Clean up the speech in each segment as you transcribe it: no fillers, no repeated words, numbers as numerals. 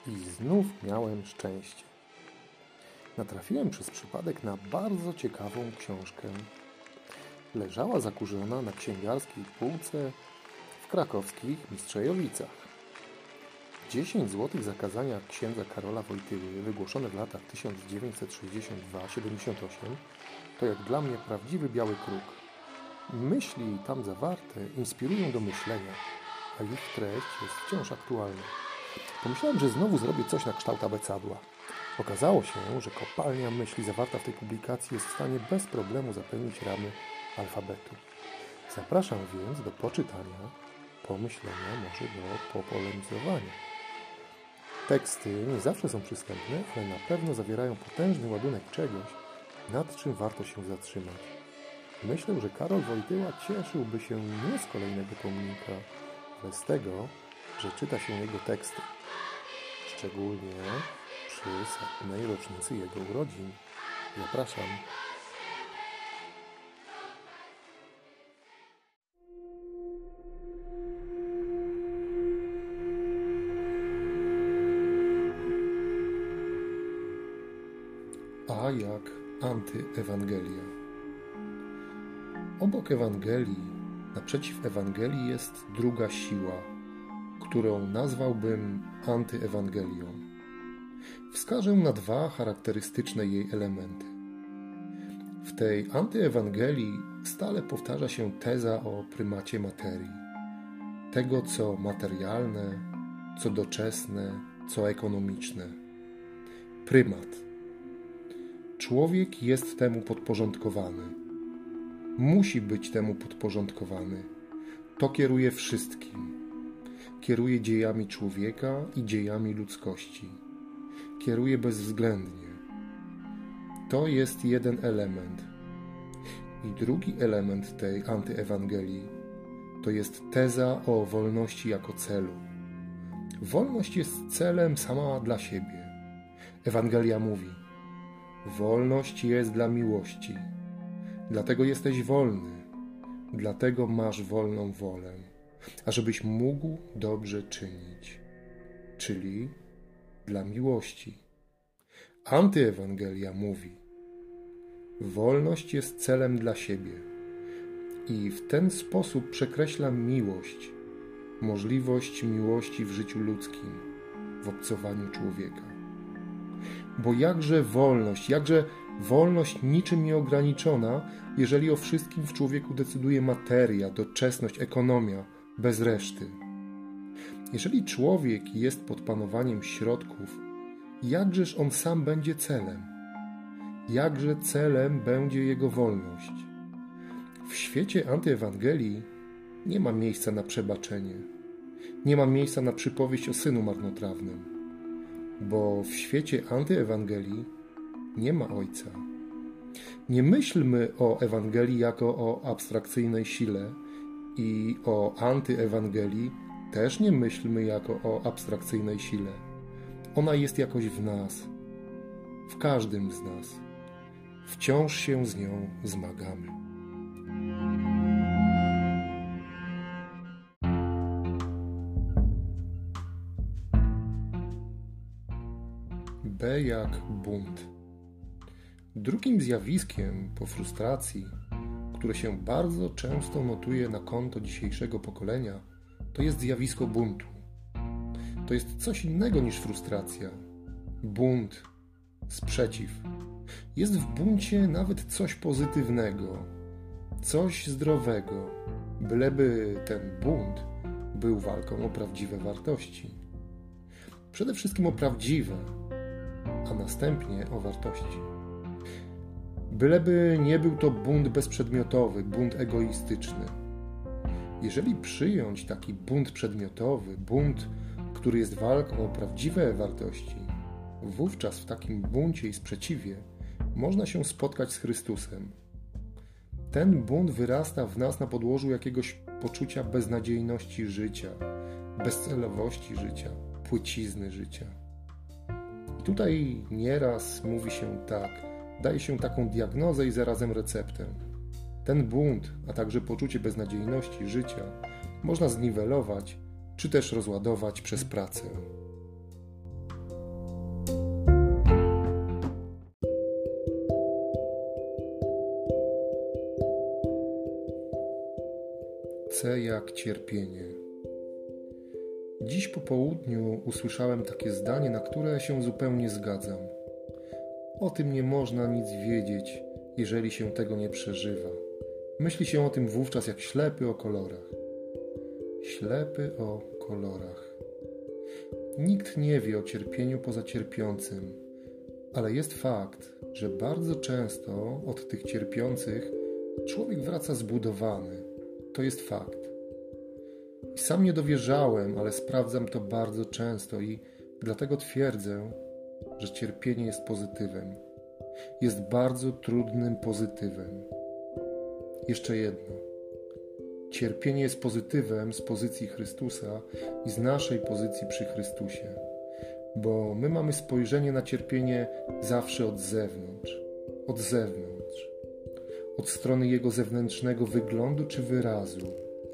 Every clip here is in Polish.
I znów miałem szczęście. Natrafiłem przez przypadek na bardzo ciekawą książkę. Leżała zakurzona na księgarskiej półce w krakowskich Mistrzejowicach. 10 złotych zakazania księdza Karola Wojtyły, wygłoszone w latach 1962-78, to jak dla mnie prawdziwy biały kruk. Myśli tam zawarte inspirują do myślenia, a ich treść jest wciąż aktualna. Pomyślałem, że znowu zrobię coś na kształt abecadła. Okazało się, że kopalnia myśli zawarta w tej publikacji jest w stanie bez problemu zapełnić ramy alfabetu. Zapraszam więc do poczytania, pomyślenia, może do popolemizowania. Teksty nie zawsze są przystępne, ale na pewno zawierają potężny ładunek czegoś, nad czym warto się zatrzymać. Myślę, że Karol Wojtyła cieszyłby się nie z kolejnego pomnika, ale z tego, że czyta się jego teksty. Szczególnie przy 100. rocznicy jego urodzin. Zapraszam. A jak antyewangelia. Obok Ewangelii, naprzeciw Ewangelii jest druga siła, którą nazwałbym antyewangelią. Wskażę na dwa charakterystyczne jej elementy. W tej antyewangelii stale powtarza się teza o prymacie materii. Tego, co materialne, co doczesne, co ekonomiczne. Prymat. Człowiek jest temu podporządkowany. Musi być temu podporządkowany. To kieruje wszystkim. Kieruje dziejami człowieka i dziejami ludzkości. Kieruje bezwzględnie. To jest jeden element. I drugi element tej antyewangelii to jest teza o wolności jako celu. Wolność jest celem sama dla siebie. Ewangelia mówi: wolność jest dla miłości. Dlatego jesteś wolny. Dlatego masz wolną wolę, ażebyś mógł dobrze czynić. Czyli dla miłości. Antyewangelia mówi: wolność jest celem dla siebie i w ten sposób przekreśla miłość, możliwość miłości w życiu ludzkim, w obcowaniu człowieka. Bo jakże wolność niczym nieograniczona, jeżeli o wszystkim w człowieku decyduje materia, doczesność, ekonomia, bez reszty. Jeżeli człowiek jest pod panowaniem środków, jakżeż on sam będzie celem? Jakże celem będzie jego wolność? W świecie antyewangelii nie ma miejsca na przebaczenie. Nie ma miejsca na przypowieść o synu marnotrawnym. Bo w świecie antyewangelii nie ma ojca. Nie myślmy o Ewangelii jako o abstrakcyjnej sile i o antyewangelii też nie myślmy jako o abstrakcyjnej sile. Ona jest jakoś w nas, w każdym z nas. Wciąż się z nią zmagamy. B jak bunt. Drugim zjawiskiem po frustracji, które się bardzo często notuje na konto dzisiejszego pokolenia, to jest zjawisko buntu. To jest coś innego niż frustracja. Bunt, sprzeciw. Jest w buncie nawet coś pozytywnego, coś zdrowego, byleby ten bunt był walką o prawdziwe wartości. Przede wszystkim o prawdziwe, a następnie o wartości. Byleby nie był to bunt bezprzedmiotowy, bunt egoistyczny. Jeżeli przyjąć taki bunt przedmiotowy, bunt, który jest walką o prawdziwe wartości, wówczas w takim buncie i sprzeciwie można się spotkać z Chrystusem. Ten bunt wyrasta w nas na podłożu jakiegoś poczucia beznadziejności życia, bezcelowości życia, płycizny życia. I tutaj nieraz mówi się tak, daje się taką diagnozę i zarazem receptę. Ten bunt, a także poczucie beznadziejności życia można zniwelować, czy też rozładować przez pracę. jak cierpienie. Dziś po południu usłyszałem takie zdanie, na które się zupełnie zgadzam. O tym nie można nic wiedzieć, jeżeli się tego nie przeżywa. Myśli się o tym wówczas jak ślepy o kolorach. Ślepy o kolorach. Nikt nie wie o cierpieniu poza cierpiącym, ale jest fakt, że bardzo często od tych cierpiących człowiek wraca zbudowany. To jest fakt. I sam nie dowierzałem, ale sprawdzam to bardzo często i dlatego twierdzę, że cierpienie jest pozytywem. Jest bardzo trudnym pozytywem. Jeszcze jedno. Cierpienie jest pozytywem z pozycji Chrystusa i z naszej pozycji przy Chrystusie. Bo my mamy spojrzenie na cierpienie zawsze od zewnątrz. Od zewnątrz. Od strony jego zewnętrznego wyglądu czy wyrazu.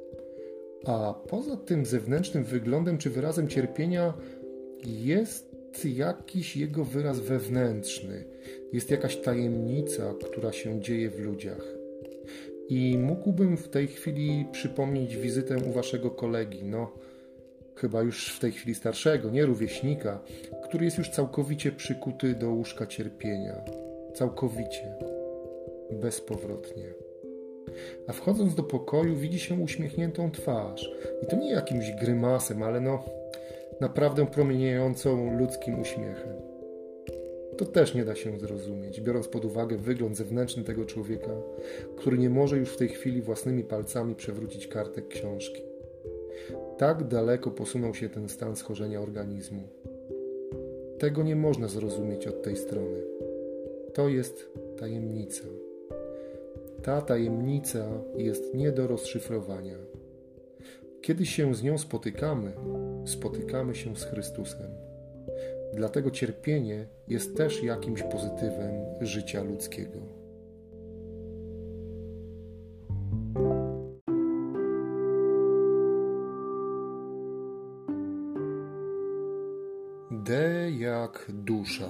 A poza tym zewnętrznym wyglądem czy wyrazem cierpienia jest jakiś jego wyraz wewnętrzny. Jest jakaś tajemnica, która się dzieje w ludziach. I mógłbym w tej chwili przypomnieć wizytę u waszego kolegi, chyba już w tej chwili starszego, nie rówieśnika, który jest już całkowicie przykuty do łóżka cierpienia. Całkowicie. Bezpowrotnie. A wchodząc do pokoju widzi się uśmiechniętą twarz. I to nie jakimś grymasem, ale naprawdę promieniejącą ludzkim uśmiechem. To też nie da się zrozumieć, biorąc pod uwagę wygląd zewnętrzny tego człowieka, który nie może już w tej chwili własnymi palcami przewrócić kartek książki. Tak daleko posunął się ten stan schorzenia organizmu. Tego nie można zrozumieć od tej strony. To jest tajemnica. Ta tajemnica jest nie do rozszyfrowania. Kiedy się z nią spotykamy się z Chrystusem. Dlatego cierpienie jest też jakimś pozytywem życia ludzkiego. D jak dusza.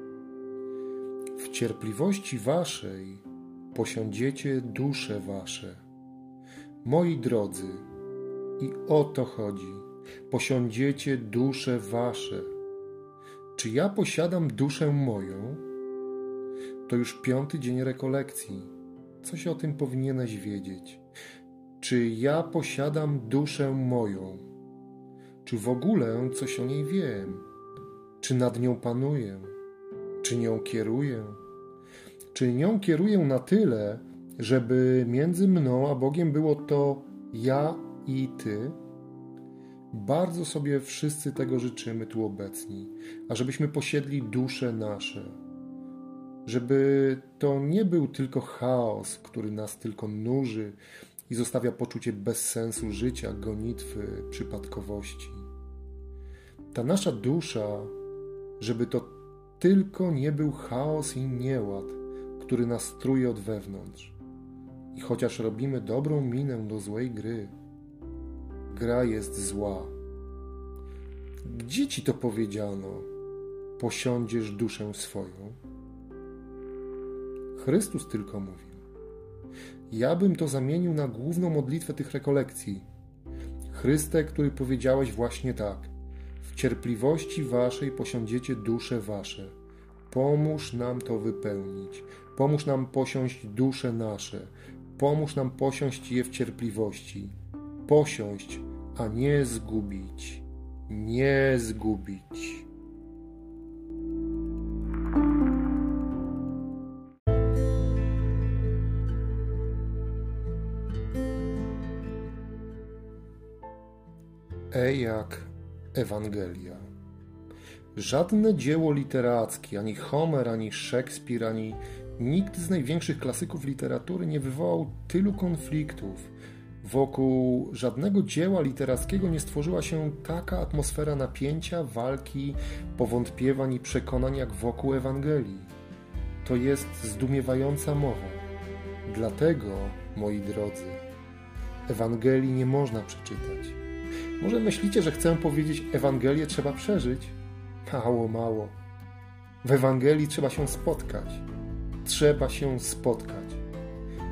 W cierpliwości waszej posiądziecie dusze wasze. Moi drodzy, i o to chodzi. Posiądziecie dusze wasze. Czy ja posiadam duszę moją? To już 5. dzień rekolekcji. Coś o tym powinieneś wiedzieć. Czy ja posiadam duszę moją? Czy w ogóle coś o niej wiem? Czy nad nią panuję? Czy nią kieruję? Czy nią kieruję na tyle, żeby między mną a Bogiem było to ja i Ty? Bardzo sobie wszyscy tego życzymy tu obecni, ażebyśmy posiedli dusze nasze. Żeby to nie był tylko chaos, który nas tylko nuży i zostawia poczucie bezsensu życia, gonitwy, przypadkowości. Ta nasza dusza, żeby to tylko nie był chaos i nieład, który nas truje od wewnątrz. I chociaż robimy dobrą minę do złej gry, gra jest zła. Gdzie ci to powiedziano? Posiądziesz duszę swoją? Chrystus tylko mówił. Ja bym to zamienił na główną modlitwę tych rekolekcji. Chryste, który powiedziałeś właśnie tak. W cierpliwości waszej posiądziecie dusze wasze. Pomóż nam to wypełnić. Pomóż nam posiąść dusze nasze. Pomóż nam posiąść je w cierpliwości. Posiąść, a nie zgubić. Nie zgubić. Jak Ewangelia. Żadne dzieło literackie, ani Homer, ani Szekspir, ani nikt z największych klasyków literatury nie wywołał tylu konfliktów. Wokół żadnego dzieła literackiego nie stworzyła się taka atmosfera napięcia, walki, powątpiewań i przekonań jak wokół Ewangelii. To jest zdumiewająca mowa. Dlatego, moi drodzy, Ewangelii nie można przeczytać. Może myślicie, że chcę powiedzieć, Ewangelię trzeba przeżyć? Mało. W Ewangelii trzeba się spotkać. Trzeba się spotkać.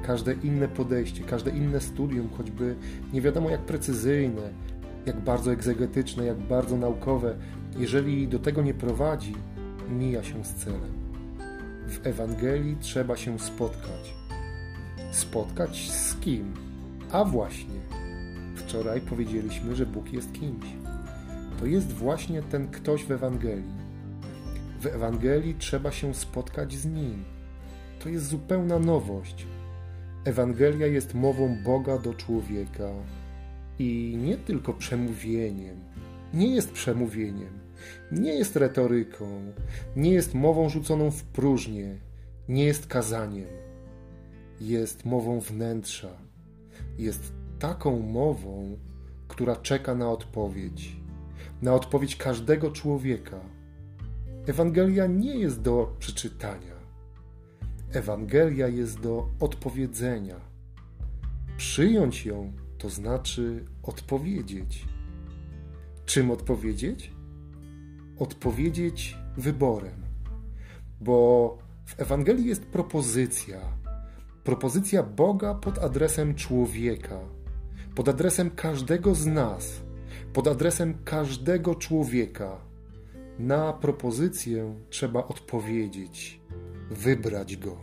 każde inne podejście, każde inne studium, choćby nie wiadomo jak precyzyjne, jak bardzo egzegetyczne, jak bardzo naukowe, jeżeli do tego nie prowadzi, mija się z celem. W Ewangelii trzeba się spotkać. Spotkać z kim? A właśnie, wczoraj powiedzieliśmy, że Bóg jest kimś. To jest właśnie ten ktoś w Ewangelii. W Ewangelii trzeba się spotkać z Nim. To jest zupełna nowość. Ewangelia jest mową Boga do człowieka i nie tylko przemówieniem. Nie jest przemówieniem, nie jest retoryką, nie jest mową rzuconą w próżnię, nie jest kazaniem. Jest mową wnętrza. Jest taką mową, która czeka na odpowiedź każdego człowieka. Ewangelia nie jest do przeczytania. Ewangelia jest do odpowiedzenia. Przyjąć ją to znaczy odpowiedzieć. Czym odpowiedzieć? Odpowiedzieć wyborem. Bo w Ewangelii jest propozycja. Propozycja Boga pod adresem człowieka. Pod adresem każdego z nas. Pod adresem każdego człowieka. Na propozycję trzeba odpowiedzieć. Wybrać go.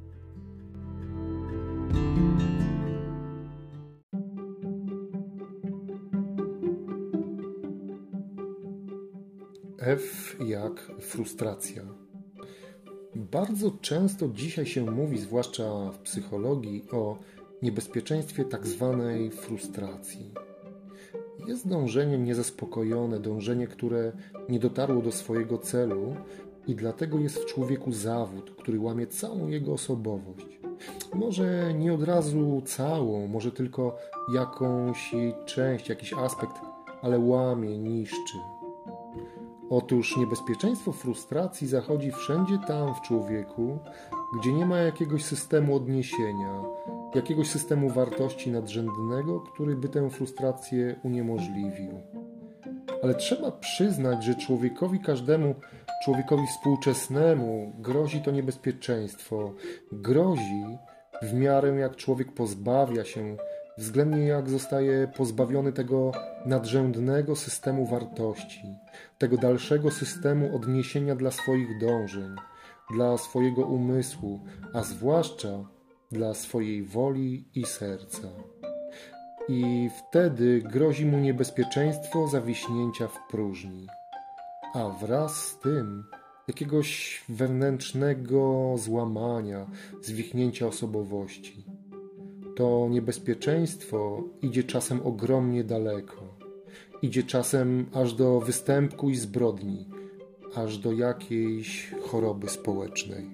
F jak frustracja. Bardzo często dzisiaj się mówi, zwłaszcza w psychologii, o niebezpieczeństwie tak zwanej frustracji. Jest dążenie niezaspokojone, dążenie, które nie dotarło do swojego celu i dlatego jest w człowieku zawód, który łamie całą jego osobowość. Może nie od razu całą, może tylko jakąś jej część, jakiś aspekt, ale łamie, niszczy. Otóż niebezpieczeństwo frustracji zachodzi wszędzie tam w człowieku, gdzie nie ma jakiegoś systemu odniesienia, jakiegoś systemu wartości nadrzędnego, który by tę frustrację uniemożliwił. Ale trzeba przyznać, że każdemu człowiekowi współczesnemu grozi to niebezpieczeństwo. Grozi w miarę jak człowiek pozbawia się, względnie jak zostaje pozbawiony tego nadrzędnego systemu wartości, tego dalszego systemu odniesienia dla swoich dążeń, dla swojego umysłu, a zwłaszcza dla swojej woli i serca. I wtedy grozi mu niebezpieczeństwo zawiśnięcia w próżni, a wraz z tym jakiegoś wewnętrznego złamania, zwichnięcia osobowości. To niebezpieczeństwo idzie czasem ogromnie daleko. Idzie czasem aż do występku i zbrodni, aż do jakiejś choroby społecznej.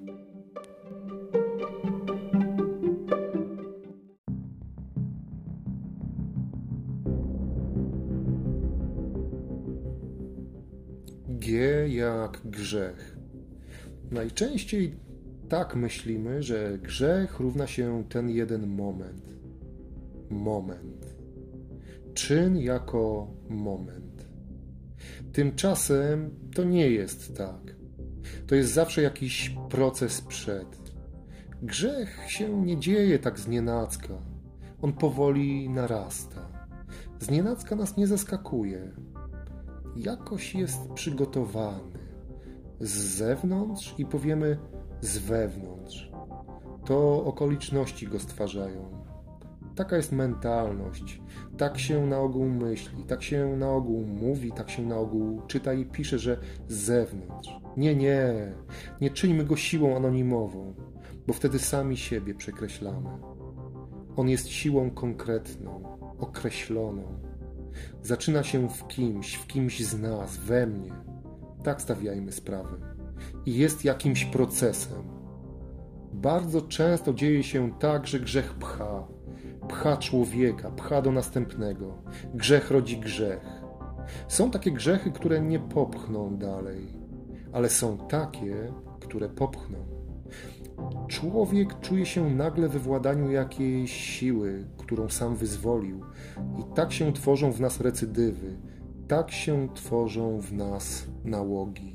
G jak grzech. Najczęściej tak myślimy, że grzech równa się ten jeden moment. Moment. Czyn jako moment. Tymczasem to nie jest tak. To jest zawsze jakiś proces przed. Grzech się nie dzieje tak znienacka. On powoli narasta. Znienacka nas nie zaskakuje. Jakoś jest przygotowany. Z zewnątrz i powiemy z wewnątrz. To okoliczności go stwarzają. Taka jest mentalność. Tak się na ogół myśli, tak się na ogół mówi, tak się na ogół czyta i pisze, że z zewnątrz. Nie czyńmy go siłą anonimową, bo wtedy sami siebie przekreślamy. On jest siłą konkretną, określoną. Zaczyna się w kimś z nas, we mnie. Tak stawiajmy sprawę. I jest jakimś procesem. Bardzo często dzieje się tak, że grzech pcha człowieka, pcha do następnego. Grzech rodzi grzech. Są takie grzechy, które nie popchną dalej, ale są takie, które popchną. Człowiek czuje się nagle we władaniu jakiejś siły, którą sam wyzwolił. I tak się tworzą w nas recydywy, tak się tworzą w nas nałogi.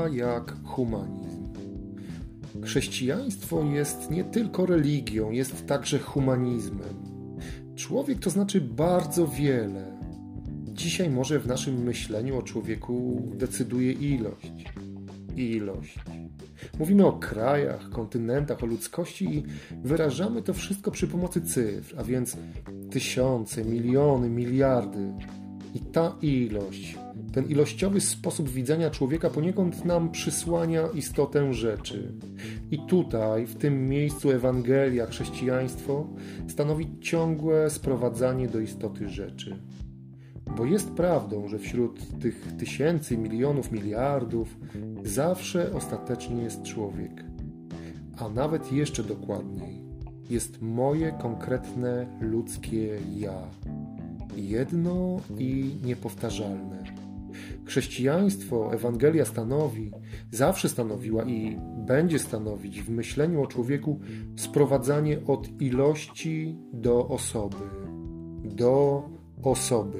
K jak humanizm. Chrześcijaństwo jest nie tylko religią, jest także humanizmem. Człowiek to znaczy bardzo wiele. Dzisiaj może w naszym myśleniu o człowieku decyduje ilość. Mówimy o krajach, kontynentach, o ludzkości i wyrażamy to wszystko przy pomocy cyfr, a więc tysiące, miliony, miliardy. I ta ilość, ten ilościowy sposób widzenia człowieka poniekąd nam przysłania istotę rzeczy. I tutaj, w tym miejscu Ewangelia, chrześcijaństwo stanowi ciągłe sprowadzanie do istoty rzeczy. Bo jest prawdą, że wśród tych tysięcy, milionów, miliardów zawsze ostatecznie jest człowiek. A nawet jeszcze dokładniej, jest moje konkretne ludzkie ja. Jedno i niepowtarzalne. Chrześcijaństwo, Ewangelia zawsze stanowiła i będzie stanowić w myśleniu o człowieku sprowadzanie od ilości do osoby. Do osoby.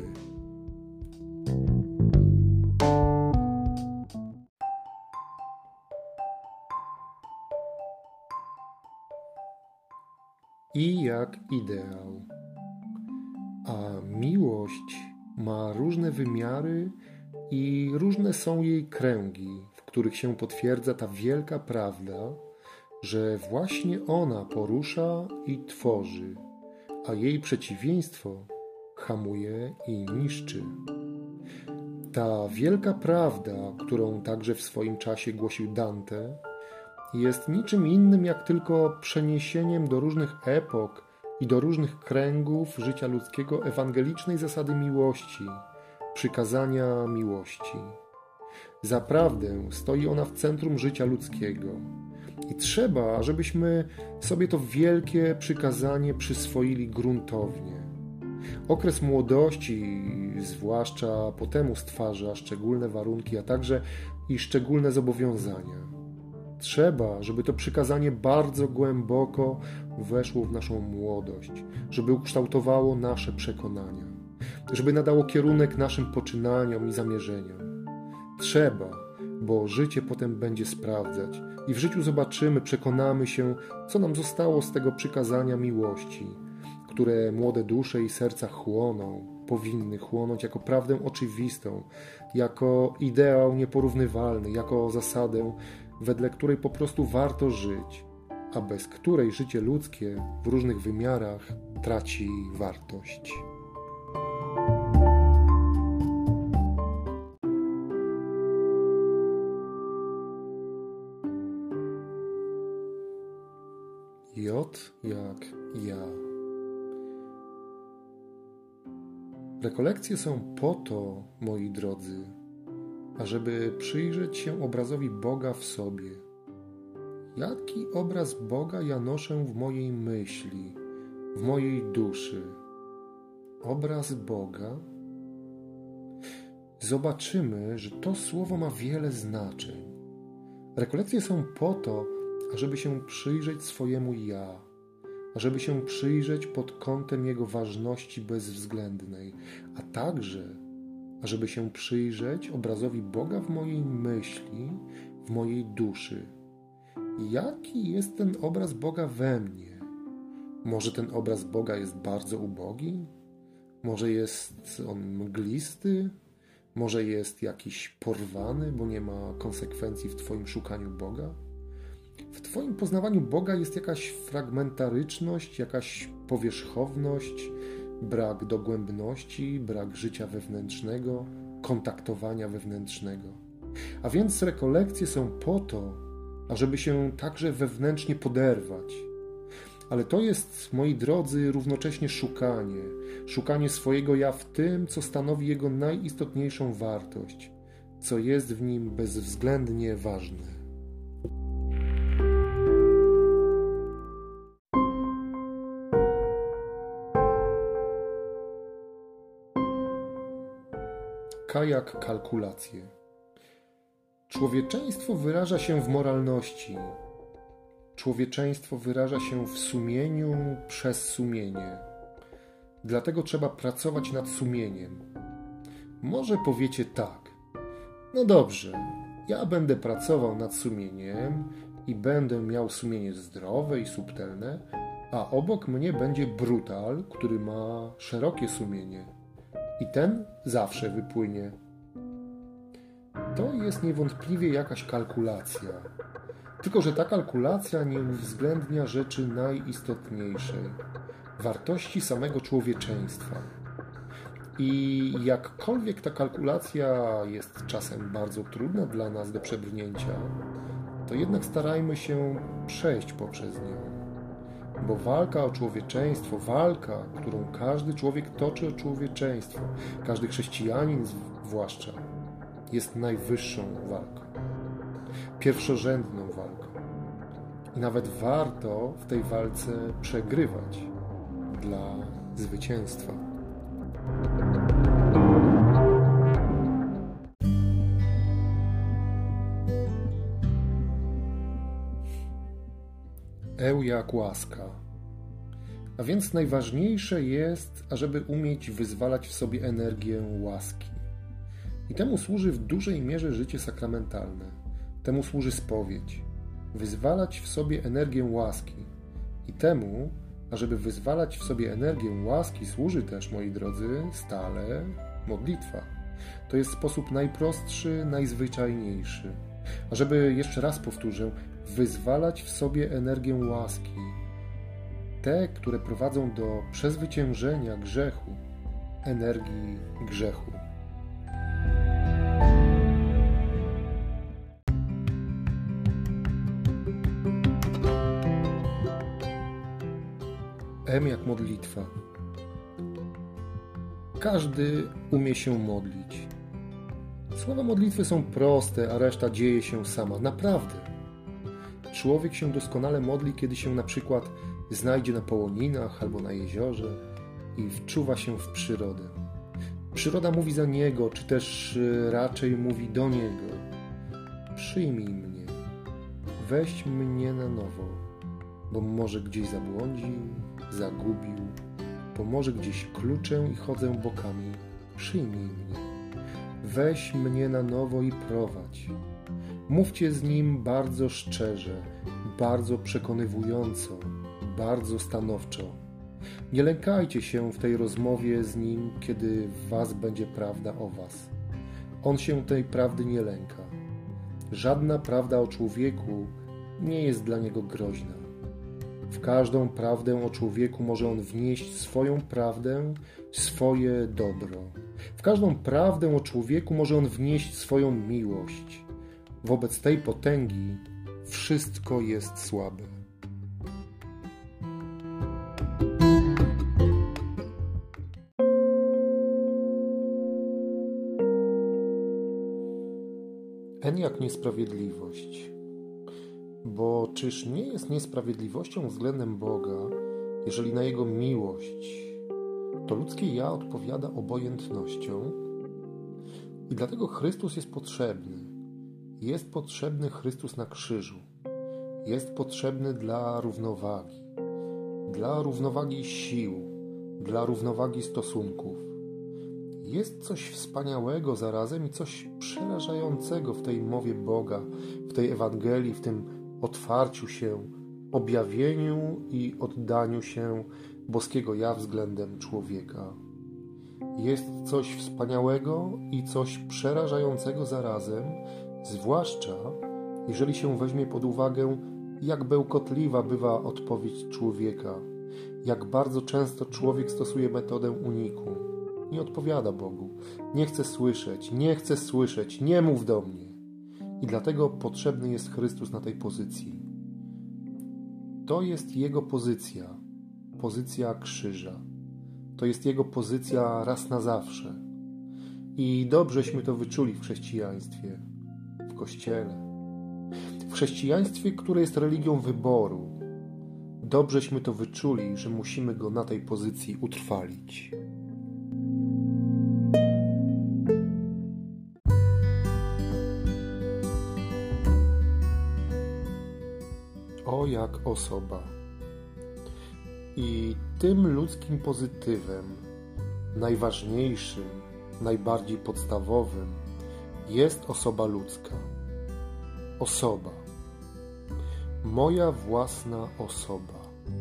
I jak ideał. A miłość ma różne wymiary i różne są jej kręgi, w których się potwierdza ta wielka prawda, że właśnie ona porusza i tworzy, a jej przeciwieństwo hamuje i niszczy. Ta wielka prawda, którą także w swoim czasie głosił Dante, jest niczym innym jak tylko przeniesieniem do różnych epok i do różnych kręgów życia ludzkiego ewangelicznej zasady miłości, przykazania miłości. Zaprawdę stoi ona w centrum życia ludzkiego i trzeba, żebyśmy sobie to wielkie przykazanie przyswoili gruntownie. Okres młodości, zwłaszcza po temu stwarza szczególne warunki, a także i szczególne zobowiązania. Trzeba, żeby to przykazanie bardzo głęboko weszło w naszą młodość, żeby ukształtowało nasze przekonania, żeby nadało kierunek naszym poczynaniom i zamierzeniom. Trzeba, bo życie potem będzie sprawdzać i w życiu zobaczymy, przekonamy się, co nam zostało z tego przykazania miłości, które młode dusze i serca powinny chłonąć jako prawdę oczywistą, jako ideał nieporównywalny, jako zasadę, wedle której po prostu warto żyć, a bez której życie ludzkie w różnych wymiarach traci wartość. J jak ja. Rekolekcje są po to, moi drodzy, ażeby przyjrzeć się obrazowi Boga w sobie. Jaki obraz Boga ja noszę w mojej myśli, w mojej duszy? Obraz Boga? Zobaczymy, że to słowo ma wiele znaczeń. Rekolekcje są po to, ażeby się przyjrzeć swojemu ja, ażeby się przyjrzeć pod kątem jego ważności bezwzględnej, a także ażeby się przyjrzeć obrazowi Boga w mojej myśli, w mojej duszy. Jaki jest ten obraz Boga we mnie? Może ten obraz Boga jest bardzo ubogi? Może jest on mglisty? Może jest jakiś porwany, bo nie ma konsekwencji w Twoim szukaniu Boga? W Twoim poznawaniu Boga jest jakaś fragmentaryczność, jakaś powierzchowność, brak dogłębności, brak życia wewnętrznego, kontaktowania wewnętrznego. A więc rekolekcje są po to, ażeby się także wewnętrznie poderwać. Ale to jest, moi drodzy, równocześnie szukanie swojego ja w tym, co stanowi jego najistotniejszą wartość, co jest w nim bezwzględnie ważne. K jak kalkulacje. Człowieczeństwo wyraża się w moralności. Człowieczeństwo wyraża się w sumieniu przez sumienie. Dlatego trzeba pracować nad sumieniem. Może powiecie tak. No dobrze, Ja będę pracował nad sumieniem i będę miał sumienie zdrowe i subtelne, a obok mnie będzie brutal, który ma szerokie sumienie i ten zawsze wypłynie. To jest niewątpliwie jakaś kalkulacja, tylko że ta kalkulacja nie uwzględnia rzeczy najistotniejszej, wartości samego człowieczeństwa. I jakkolwiek ta kalkulacja jest czasem bardzo trudna dla nas do przebrnięcia, to jednak starajmy się przejść poprzez nią. Bo walka o człowieczeństwo, walka, którą każdy człowiek toczy o człowieczeństwo, każdy chrześcijanin zwłaszcza, jest najwyższą walką, pierwszorzędną walką. I nawet warto w tej walce przegrywać dla zwycięstwa. Jak łaska. A więc najważniejsze jest, ażeby umieć wyzwalać w sobie energię łaski. I temu służy w dużej mierze życie sakramentalne. Temu służy spowiedź. Wyzwalać w sobie energię łaski. I temu, ażeby wyzwalać w sobie energię łaski, służy też, moi drodzy, stale modlitwa. To jest sposób najprostszy, najzwyczajniejszy. A żeby, jeszcze raz powtórzę, wyzwalać w sobie energię łaski, te, które prowadzą do przezwyciężenia grzechu, energii grzechu. Jak modlitwa. Każdy umie się modlić. Słowa modlitwy są proste, a reszta dzieje się sama. Naprawdę. Człowiek się doskonale modli, kiedy się na przykład znajdzie na połoninach albo na jeziorze i wczuwa się w przyrodę. Przyroda mówi za niego, czy też raczej mówi do niego. Przyjmij mnie, weź mnie na nowo, bo może gdzieś zabłądził, zagubił, bo może gdzieś kluczę i chodzę bokami. Przyjmij mnie, weź mnie na nowo i prowadź. Mówcie z nim bardzo szczerze, bardzo przekonywująco, bardzo stanowczo. Nie lękajcie się w tej rozmowie z nim, kiedy w was będzie prawda o was. On się tej prawdy nie lęka. Żadna prawda o człowieku nie jest dla niego groźna. W każdą prawdę o człowieku może on wnieść swoją prawdę, swoje dobro. W każdą prawdę o człowieku może on wnieść swoją miłość. Wobec tej potęgi wszystko jest słabe. Jak niesprawiedliwość. Bo czyż nie jest niesprawiedliwością względem Boga, jeżeli na Jego miłość to ludzkie ja odpowiada obojętnością? I dlatego Chrystus jest potrzebny. Jest potrzebny Chrystus na krzyżu. Jest potrzebny dla równowagi sił, dla równowagi stosunków. Jest coś wspaniałego zarazem i coś przerażającego w tej mowie Boga, w tej Ewangelii, w tym otwarciu się, objawieniu i oddaniu się boskiego ja względem człowieka. Jest coś wspaniałego i coś przerażającego zarazem, zwłaszcza jeżeli się weźmie pod uwagę, jak bełkotliwa bywa odpowiedź człowieka, jak bardzo często człowiek stosuje metodę uniku. Nie odpowiada Bogu. Nie chcę słyszeć, nie mów do mnie. I dlatego potrzebny jest Chrystus na tej pozycji. To jest Jego pozycja, pozycja krzyża. To jest Jego pozycja raz na zawsze. I dobrześmy to wyczuli w chrześcijaństwie, w Kościele. W chrześcijaństwie, które jest religią wyboru. Dobrześmy to wyczuli, że musimy Go na tej pozycji utrwalić. Jak osoba. I tym ludzkim pozytywem, najważniejszym, najbardziej podstawowym jest osoba ludzka. Osoba. Moja własna osoba.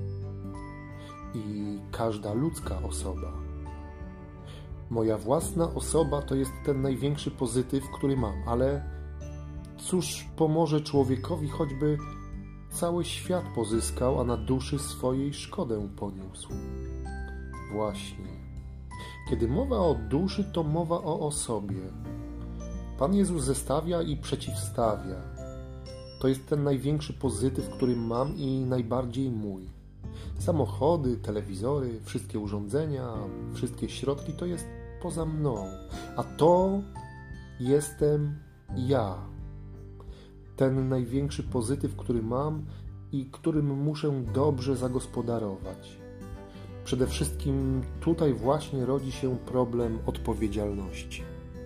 I każda ludzka osoba. Moja własna osoba to jest ten największy pozytyw, który mam, ale cóż pomoże człowiekowi, choćby cały świat pozyskał, a na duszy swojej szkodę poniósł? Właśnie. Kiedy mowa o duszy, to mowa o osobie. Pan Jezus zestawia i przeciwstawia. To jest ten największy pozytyw, który mam i najbardziej mój. Samochody, telewizory, wszystkie urządzenia, wszystkie środki to jest poza mną. A to jestem ja. Ten największy pozytyw, który mam i którym muszę dobrze zagospodarować. Przede wszystkim tutaj właśnie rodzi się problem odpowiedzialności.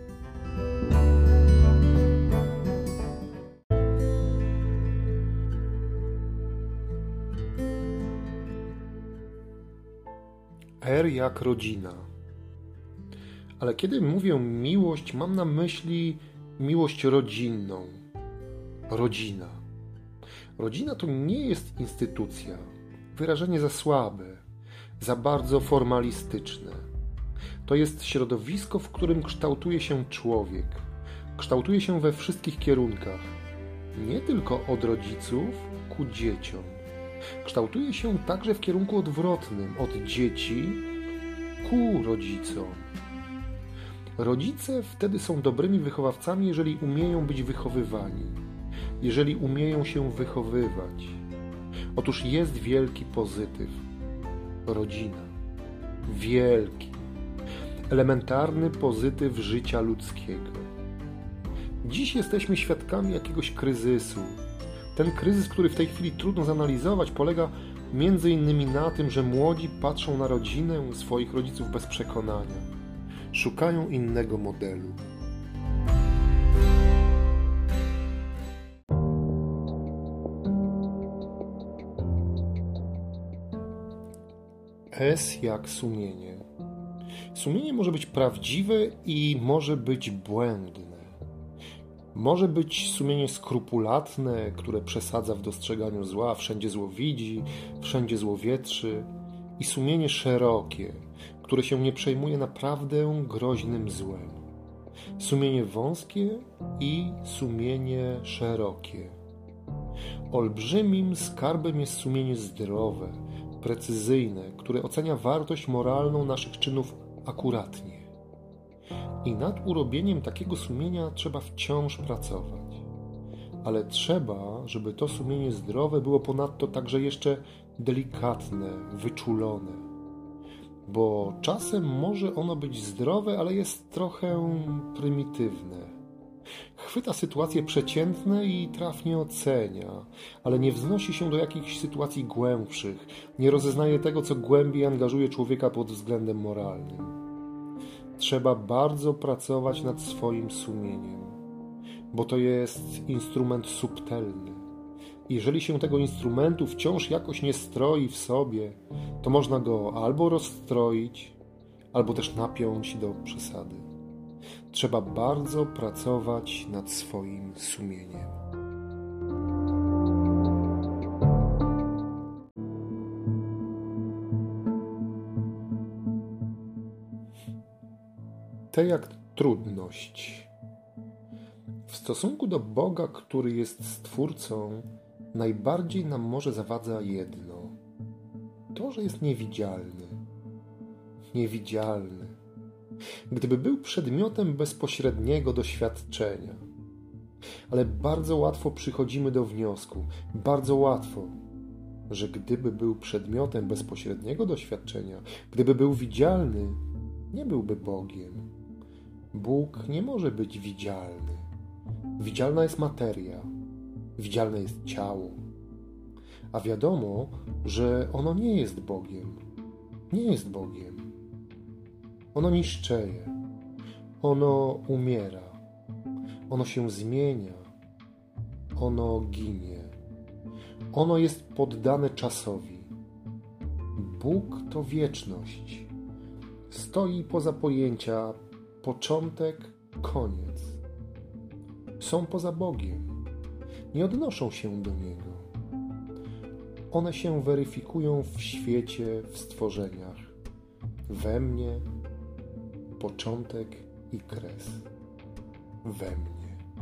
R jak rodzina. Ale kiedy mówię miłość, mam na myśli miłość rodzinną. Rodzina. Rodzina to nie jest instytucja, wyrażenie za słabe, za bardzo formalistyczne. To jest środowisko, w którym kształtuje się człowiek. Kształtuje się we wszystkich kierunkach. Nie tylko od rodziców ku dzieciom. Kształtuje się także w kierunku odwrotnym, od dzieci ku rodzicom. Rodzice wtedy są dobrymi wychowawcami, jeżeli umieją być wychowywani, jeżeli umieją się wychowywać. Otóż jest wielki pozytyw. Rodzina. Wielki, elementarny pozytyw życia ludzkiego. Dziś jesteśmy świadkami jakiegoś kryzysu. Ten kryzys, który w tej chwili trudno zanalizować, polega między innymi na tym, że młodzi patrzą na rodzinę swoich rodziców bez przekonania. Szukają innego modelu. S jak sumienie. Sumienie może być prawdziwe i może być błędne. Może być sumienie skrupulatne, które przesadza w dostrzeganiu zła, wszędzie zło widzi, wszędzie zło wietrzy. I sumienie szerokie, które się nie przejmuje naprawdę groźnym złem. Sumienie wąskie i sumienie szerokie. Olbrzymim skarbem jest sumienie zdrowe, precyzyjne, które ocenia wartość moralną naszych czynów akuratnie. I nad urobieniem takiego sumienia trzeba wciąż pracować. Ale trzeba, żeby to sumienie zdrowe było ponadto także jeszcze delikatne, wyczulone. Bo czasem może ono być zdrowe, ale jest trochę prymitywne. Chwyta sytuacje przeciętne i trafnie ocenia, ale nie wznosi się do jakichś sytuacji głębszych, nie rozeznaje tego, co głębiej angażuje człowieka pod względem moralnym. Trzeba bardzo pracować nad swoim sumieniem, bo to jest instrument subtelny. Jeżeli się tego instrumentu wciąż jakoś nie stroi w sobie, to można go albo rozstroić, albo też napiąć do przesady. Trzeba bardzo pracować nad swoim sumieniem. T jak trudność. W stosunku do Boga, który jest Stwórcą, najbardziej nam może zawadza jedno. To, że jest niewidzialny. Niewidzialny. Gdyby był przedmiotem bezpośredniego doświadczenia. Ale bardzo łatwo przychodzimy do wniosku, bardzo łatwo, że gdyby był przedmiotem bezpośredniego doświadczenia, gdyby był widzialny, nie byłby Bogiem. Bóg nie może być widzialny. Widzialna jest materia, widzialne jest ciało. A wiadomo, że ono nie jest Bogiem. Nie jest Bogiem. Ono niszczeje. Ono umiera. Ono się zmienia. Ono ginie. Ono jest poddane czasowi. Bóg to wieczność. Stoi poza pojęcia początek, koniec. Są poza Bogiem. nie odnoszą się do Niego. One się weryfikują w świecie, w stworzeniach. We mnie początek i kres. We mnie.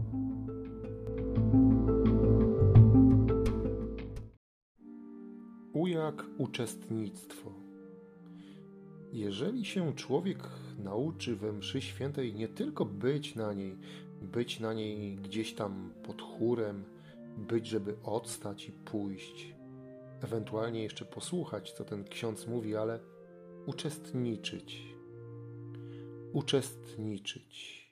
Ujak uczestnictwo. Jeżeli się człowiek nauczy we mszy świętej nie tylko być na niej gdzieś tam pod chórem, być, żeby odstać i pójść, ewentualnie jeszcze posłuchać, co ten ksiądz mówi, ale uczestniczyć. Uczestniczyć.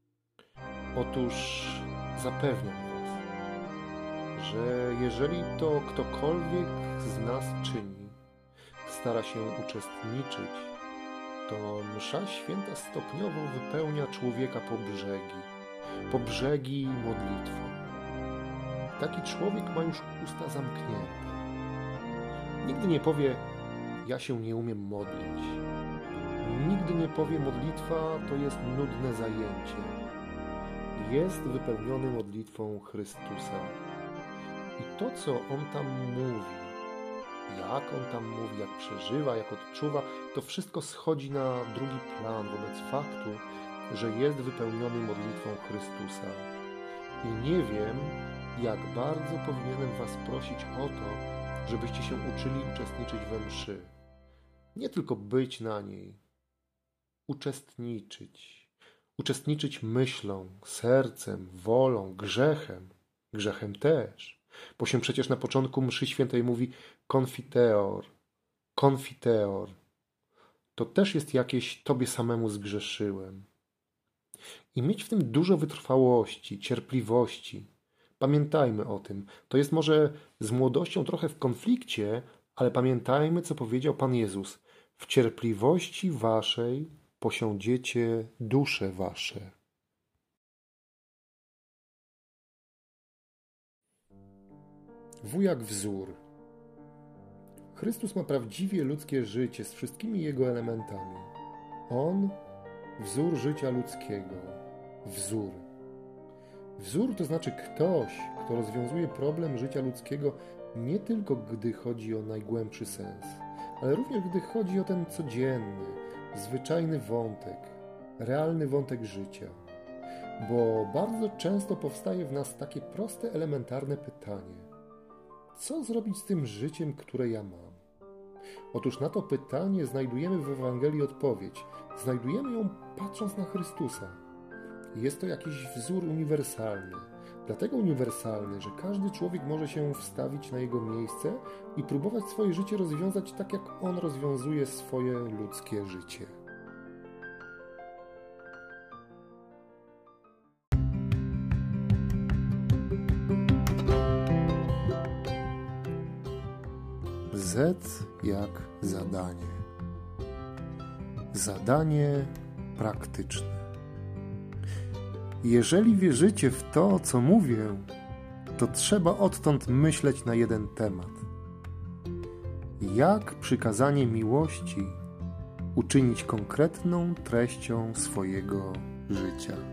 Otóż zapewniam Was, że jeżeli to ktokolwiek z nas czyni, stara się uczestniczyć, to msza święta stopniowo wypełnia człowieka po brzegi modlitwą. Taki człowiek ma już usta zamknięte. Nigdy nie powie, ja się nie umiem modlić. Nigdy nie powie, modlitwa to jest nudne zajęcie. Jest wypełniony modlitwą Chrystusa. I to, co On tam mówi, jak On tam mówi, jak przeżywa, jak odczuwa, to wszystko schodzi na drugi plan wobec faktu, że jest wypełniony modlitwą Chrystusa. I nie wiem, jak bardzo powinienem Was prosić o to, żebyście się uczyli uczestniczyć we mszy. Nie tylko być na niej. Uczestniczyć. Uczestniczyć myślą, sercem, wolą, grzechem. Grzechem też. Bo się przecież na początku mszy świętej mówi confiteor, confiteor. To też jest jakieś Tobie samemu zgrzeszyłem. I mieć w tym dużo wytrwałości, cierpliwości. Pamiętajmy o tym. To jest może z młodością trochę w konflikcie, ale pamiętajmy, co powiedział Pan Jezus. W cierpliwości waszej posiądziecie dusze wasze. Wujak wzór. Chrystus ma prawdziwie ludzkie życie z wszystkimi jego elementami. On wzór życia ludzkiego. Wzór. Wzór to znaczy ktoś, kto rozwiązuje problem życia ludzkiego nie tylko gdy chodzi o najgłębszy sens, ale również gdy chodzi o ten codzienny, zwyczajny wątek, realny wątek życia. Bo bardzo często powstaje w nas takie proste, elementarne pytanie. Co zrobić z tym życiem, które ja mam? Otóż na to pytanie znajdujemy w Ewangelii odpowiedź. Znajdujemy ją patrząc na Chrystusa. Jest to jakiś wzór uniwersalny. Dlatego uniwersalny, że każdy człowiek może się wstawić na jego miejsce i próbować swoje życie rozwiązać tak, jak on rozwiązuje swoje ludzkie życie. Z jak zadanie. Zadanie praktyczne. Jeżeli wierzycie w to, co mówię, to trzeba odtąd myśleć na jeden temat. Jak przykazanie miłości uczynić konkretną treścią swojego życia?